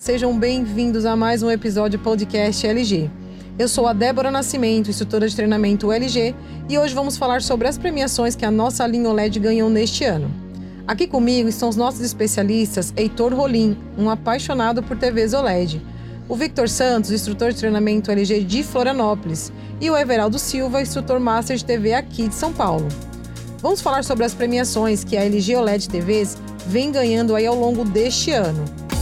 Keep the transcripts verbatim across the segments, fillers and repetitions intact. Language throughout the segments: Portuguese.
Sejam bem-vindos a mais um episódio do podcast L G. Eu sou a Débora Nascimento, instrutora de treinamento L G, e hoje vamos falar sobre as premiações que a nossa linha O L E D ganhou neste ano. Aqui comigo estão os nossos especialistas Heitor Rolim, um apaixonado por T Vs O L E D, o Victor Santos, instrutor de treinamento L G de Florianópolis, e o Everaldo Silva, instrutor Master de T V aqui de São Paulo. Vamos falar sobre as premiações que a L G O L E D T Vs vem ganhando aí ao longo deste ano.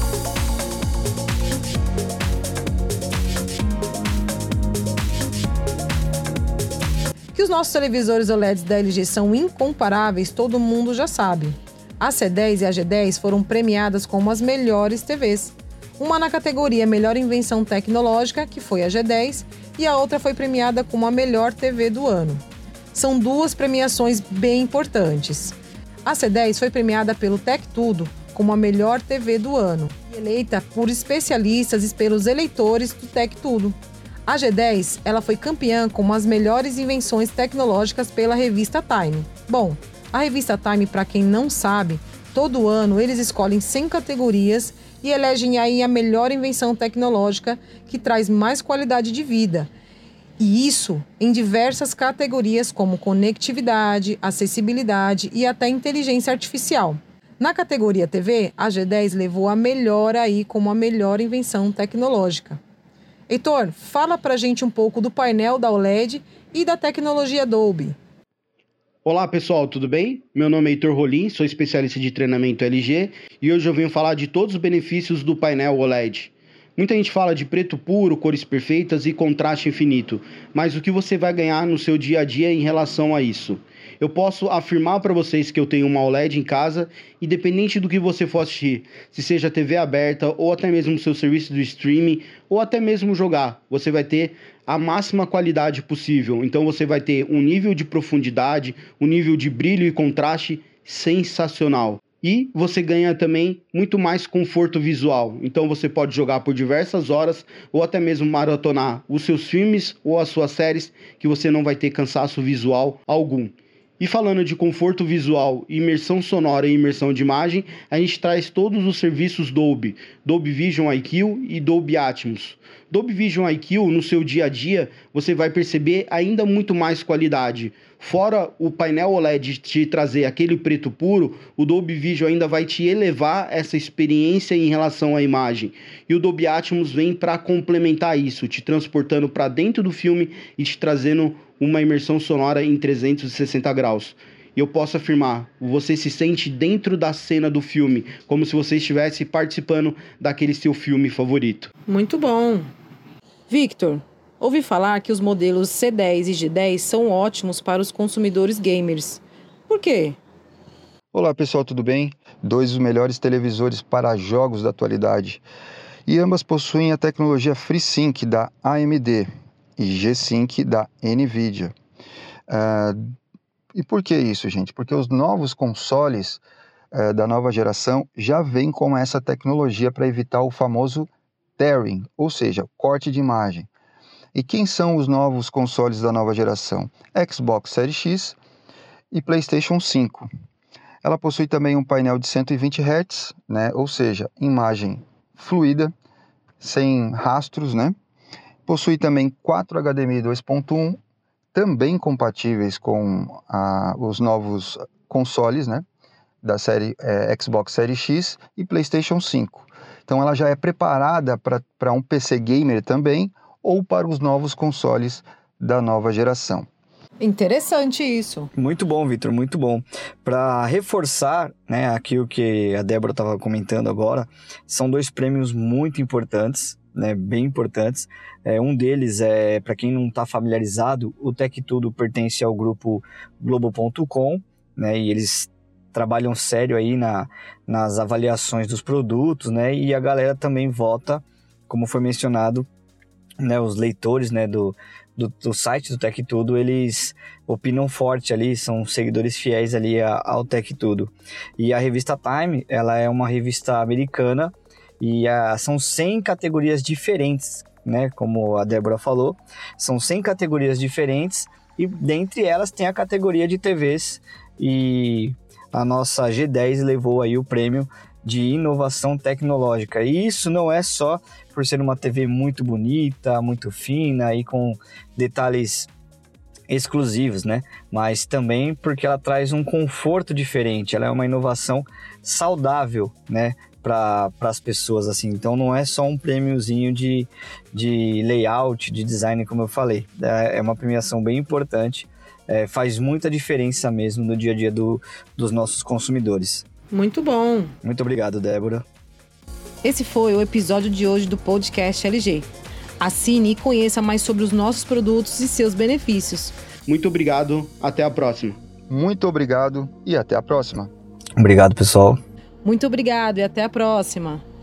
Que os nossos televisores O L E Ds da L G são incomparáveis, todo mundo já sabe. A C dez e a G dez foram premiadas como as melhores T Vs. Uma na categoria Melhor Invenção Tecnológica, que foi a G dez, e a outra foi premiada como a melhor T V do ano. São duas premiações bem importantes. A C dez foi premiada pelo Tech Tudo como a melhor T V do ano, e eleita por especialistas e pelos eleitores do Tech Tudo. A G dez, ela foi campeã como as melhores invenções tecnológicas pela revista Time. Bom, a revista Time, para quem não sabe, todo ano eles escolhem cem categorias e elegem aí a melhor invenção tecnológica que traz mais qualidade de vida. E isso em diversas categorias como conectividade, acessibilidade e até inteligência artificial. Na categoria T V, a G dez levou a melhor aí como a melhor invenção tecnológica. Heitor, fala pra gente um pouco do painel da O L E D e da tecnologia Dolby. Olá pessoal, tudo bem? Meu nome é Heitor Rolim, sou especialista de treinamento L G e hoje eu venho falar de todos os benefícios do painel O L E D. Muita gente fala de preto puro, cores perfeitas e contraste infinito, mas o que você vai ganhar no seu dia a dia em relação a isso? Eu posso afirmar para vocês que eu tenho uma O L E D em casa, independente do que você for assistir, se seja T V aberta ou até mesmo seu serviço de streaming ou até mesmo jogar, você vai ter a máxima qualidade possível. Então você vai ter um nível de profundidade, um nível de brilho e contraste sensacional. E você ganha também muito mais conforto visual. Então você pode jogar por diversas horas ou até mesmo maratonar os seus filmes ou as suas séries que você não vai ter cansaço visual algum. E falando de conforto visual, imersão sonora e imersão de imagem, a gente traz todos os serviços Dolby, Dolby Vision I Q e Dolby Atmos. Dolby Vision I Q, no seu dia a dia, você vai perceber ainda muito mais qualidade. Fora o painel O L E D te trazer aquele preto puro, o Dolby Vision ainda vai te elevar essa experiência em relação à imagem. E o Dolby Atmos vem para complementar isso, te transportando para dentro do filme e te trazendo uma imersão sonora em trezentos e sessenta graus. E eu posso afirmar, você se sente dentro da cena do filme, como se você estivesse participando daquele seu filme favorito. Muito bom. Victor, ouvi falar que os modelos C dez e G dez são ótimos para os consumidores gamers. Por quê? Olá pessoal, tudo bem? Dois dos melhores televisores para jogos da atualidade. E ambas possuem a tecnologia FreeSync da A M D e G-Sync da NVIDIA. Uh, e por que isso, gente? Porque os novos consoles uh, da nova geração já vêm com essa tecnologia para evitar o famoso tearing, ou seja, corte de imagem. E quem são os novos consoles da nova geração? Xbox Series X e PlayStation cinco. Ela possui também um painel de cento e vinte hertz, né? Ou seja, imagem fluida, sem rastros, né? Possui também quatro H D M I dois ponto um, também compatíveis com a, os novos consoles, né, da série é, Xbox Series X e PlayStation cinco. Então ela já é preparada para um P C gamer também ou para os novos consoles da nova geração. Interessante isso. Muito bom, Victor, muito bom. Para reforçar, né, aqui o que a Débora estava comentando agora, são dois prêmios muito importantes, né, bem importantes. É, um deles é, para quem não está familiarizado, o Tech Tudo pertence ao grupo Globo ponto com, né, e eles trabalham sério aí na, nas avaliações dos produtos, né, e a galera também vota, como foi mencionado, né, os leitores, né, do, do, do site do Tech Tudo, eles opinam forte ali, são seguidores fiéis ali ao Tech Tudo. E a revista Time, ela é uma revista americana, e a, são cem categorias diferentes, né? Como a Débora falou, são cem categorias diferentes e dentre elas tem a categoria de T Vs, e a nossa G dez levou aí o prêmio de inovação tecnológica. E isso não é só por ser uma T V muito bonita, muito fina e com detalhes exclusivos, né? Mas também porque ela traz um conforto diferente, ela é uma inovação saudável, né? Para as pessoas, assim. Então não é só um prêmiozinho de, de layout, de design, como eu falei. É uma premiação bem importante, é, faz muita diferença mesmo no dia a dia do, dos nossos consumidores. Muito bom! Muito obrigado, Débora. Esse foi o episódio de hoje do podcast L G. Assine e conheça mais sobre os nossos produtos e seus benefícios. Muito obrigado, até a próxima. Muito obrigado e até a próxima. Obrigado, pessoal. Muito obrigado e até a próxima.